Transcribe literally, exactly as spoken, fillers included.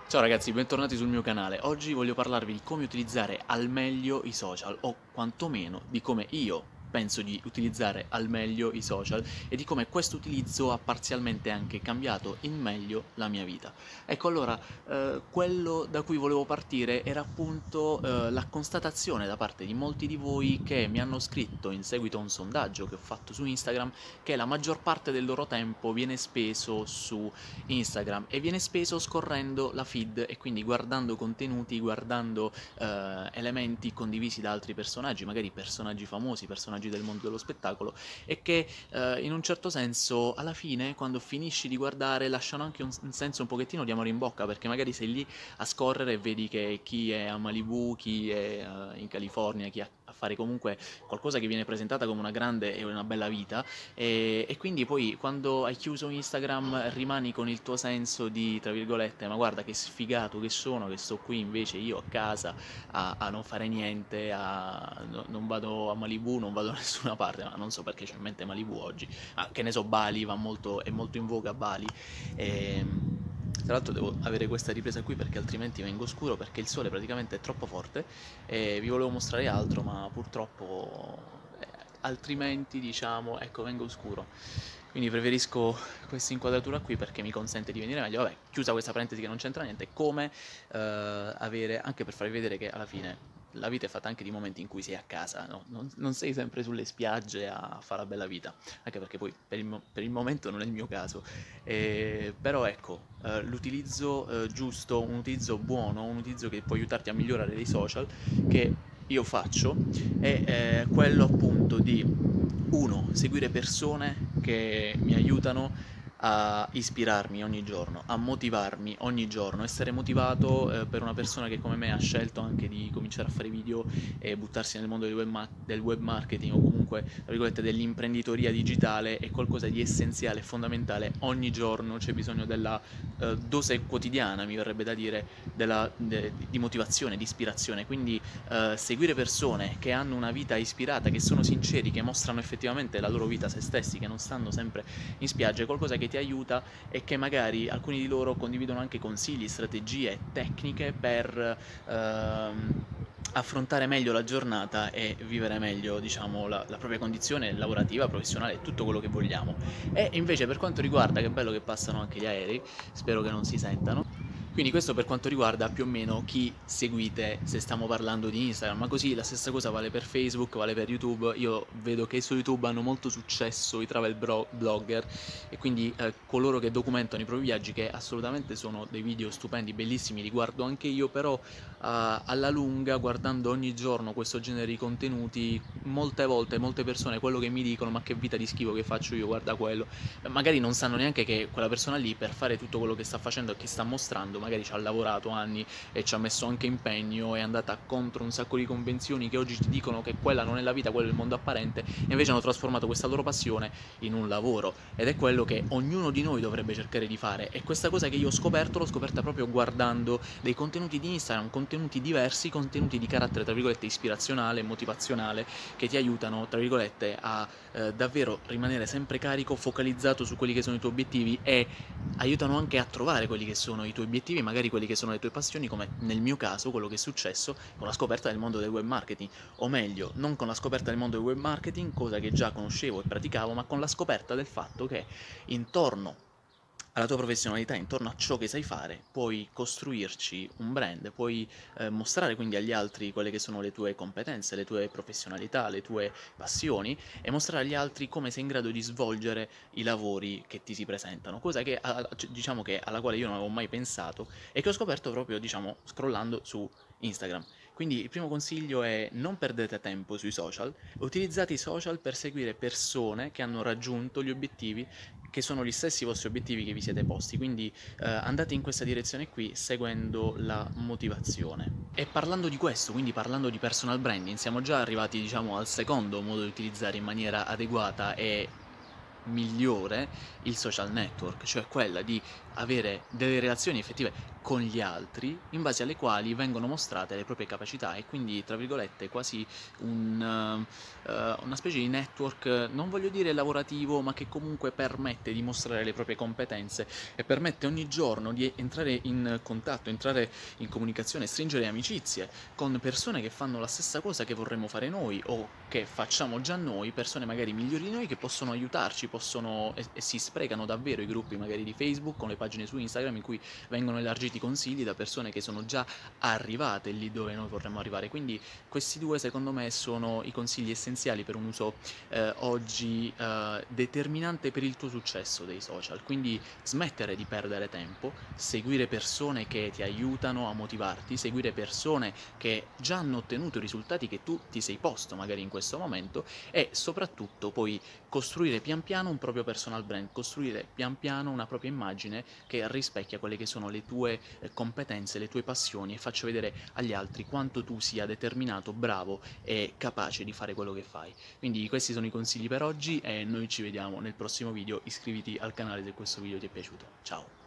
Ciao ragazzi, bentornati sul mio canale. Oggi voglio parlarvi di come utilizzare al meglio i social, o quantomeno di come io penso di utilizzare al meglio i social e di come questo utilizzo ha parzialmente anche cambiato in meglio la mia vita. Ecco, allora, eh, quello da cui volevo partire era appunto eh, la constatazione da parte di molti di voi che mi hanno scritto in seguito a un sondaggio che ho fatto su Instagram che la maggior parte del loro tempo viene speso su Instagram e viene speso scorrendo la feed e quindi guardando contenuti, guardando eh, elementi condivisi da altri personaggi, magari personaggi famosi, personaggi del mondo dello spettacolo, e che eh, in un certo senso alla fine, quando finisci di guardare, lasciano anche un, un senso un pochettino di amore in bocca, perché magari sei lì a scorrere e vedi che chi è a Malibu, chi è uh, in California, chi ha a fare comunque qualcosa che viene presentata come una grande e una bella vita, e, e quindi poi quando hai chiuso Instagram rimani con il tuo senso di, tra virgolette, ma guarda che sfigato che sono, che sto qui invece io a casa a, a non fare niente, a, no, non vado a Malibu, non vado da nessuna parte, ma non so perché c'è in mente Malibu oggi, ma che ne so, Bali va molto, è molto in voga Bali. E, tra l'altro devo avere questa ripresa qui perché altrimenti vengo scuro, perché il sole praticamente è troppo forte e vi volevo mostrare altro, ma purtroppo eh, altrimenti diciamo, ecco, vengo scuro. Quindi preferisco questa inquadratura qui perché mi consente di venire meglio. Vabbè, chiusa questa parentesi che non c'entra niente, come eh, avere, anche per farvi vedere che alla fine la vita è fatta anche di momenti in cui sei a casa, no? non, non sei sempre sulle spiagge a fare la bella vita, anche perché poi per il, per il momento non è il mio caso. Eh, però ecco, eh, l'utilizzo eh, giusto, un utilizzo buono, un utilizzo che può aiutarti a migliorare dei social, che io faccio, è eh, quello appunto di uno, seguire persone che mi aiutano a ispirarmi ogni giorno, a motivarmi ogni giorno, essere motivato eh, per una persona che come me ha scelto anche di cominciare a fare video e buttarsi nel mondo del web, ma- del web marketing, o comunque, tra virgolette, dell'imprenditoria digitale, è qualcosa di essenziale e fondamentale. Ogni giorno c'è bisogno della eh, dose quotidiana, mi verrebbe da dire, della, de- di motivazione, di ispirazione. Quindi eh, seguire persone che hanno una vita ispirata, che sono sinceri, che mostrano effettivamente la loro vita, se stessi, che non stanno sempre in spiaggia, è qualcosa che ti aiuta, e che magari alcuni di loro condividono anche consigli, strategie, tecniche per ehm, affrontare meglio la giornata e vivere meglio, diciamo, la, la propria condizione lavorativa, professionale, tutto quello che vogliamo. E invece per quanto riguarda, che bello che passano anche gli aerei, spero che non si sentano. Quindi questo per quanto riguarda più o meno chi seguite, se stiamo parlando di Instagram, ma così la stessa cosa vale per Facebook, vale per YouTube. Io vedo che su YouTube hanno molto successo i travel blogger, e quindi eh, coloro che documentano i propri viaggi, che assolutamente sono dei video stupendi, bellissimi, li guardo anche io, però eh, alla lunga, guardando ogni giorno questo genere di contenuti, molte volte molte persone quello che mi dicono: ma che vita di schifo che faccio io, guarda quello. Magari non sanno neanche che quella persona lì, per fare tutto quello che sta facendo e che sta mostrando, magari ci ha lavorato anni e ci ha messo anche impegno, è andata contro un sacco di convenzioni che oggi ti dicono che quella non è la vita, quello è il mondo apparente, e invece hanno trasformato questa loro passione in un lavoro, ed è quello che ognuno di noi dovrebbe cercare di fare. E questa cosa che io ho scoperto l'ho scoperta proprio guardando dei contenuti di Instagram, contenuti diversi, contenuti di carattere, tra virgolette, ispirazionale, motivazionale, che ti aiutano, tra virgolette, a eh, davvero rimanere sempre carico, focalizzato su quelli che sono i tuoi obiettivi, e aiutano anche a trovare quelli che sono i tuoi obiettivi, magari quelli che sono le tue passioni, come nel mio caso quello che è successo con la scoperta del mondo del web marketing, o meglio, non con la scoperta del mondo del web marketing, cosa che già conoscevo e praticavo, ma con la scoperta del fatto che intorno alla tua professionalità, intorno a ciò che sai fare, puoi costruirci un brand, puoi eh, mostrare quindi agli altri quelle che sono le tue competenze, le tue professionalità, le tue passioni, e mostrare agli altri come sei in grado di svolgere i lavori che ti si presentano, cosa che diciamo che alla quale io non avevo mai pensato e che ho scoperto proprio, diciamo, scrollando su Instagram. Quindi il primo consiglio è: non perdete tempo sui social, utilizzate i social per seguire persone che hanno raggiunto gli obiettivi che sono gli stessi vostri obiettivi che vi siete posti, quindi eh, andate in questa direzione qui seguendo la motivazione. E parlando di questo, quindi parlando di personal branding, siamo già arrivati, diciamo, al secondo modo di utilizzare in maniera adeguata e migliore il social network, cioè quella di avere delle relazioni effettive con gli altri, in base alle quali vengono mostrate le proprie capacità e quindi, tra virgolette, quasi un, eh, una specie di network, non voglio dire lavorativo, ma che comunque permette di mostrare le proprie competenze e permette ogni giorno di entrare in contatto, entrare in comunicazione, stringere amicizie con persone che fanno la stessa cosa che vorremmo fare noi o che facciamo già noi, persone magari migliori di noi che possono aiutarci, possono e, e si sprecano davvero i gruppi magari di Facebook con le pagine su Instagram in cui vengono elargiti consigli da persone che sono già arrivate lì dove noi vorremmo arrivare. Quindi questi due secondo me sono i consigli essenziali per un uso eh, oggi eh, determinante per il tuo successo dei social. Quindi smettere di perdere tempo, seguire persone che ti aiutano a motivarti, seguire persone che già hanno ottenuto i risultati che tu ti sei posto magari in questo momento e soprattutto poi costruire pian piano un proprio personal brand, costruire pian piano una propria immagine che rispecchia quelle che sono le tue eh, competenze, le tue passioni e faccia vedere agli altri quanto tu sia determinato, bravo e capace di fare quello che fai. Quindi questi sono i consigli per oggi e noi ci vediamo nel prossimo video. Iscriviti al canale se questo video ti è piaciuto. Ciao!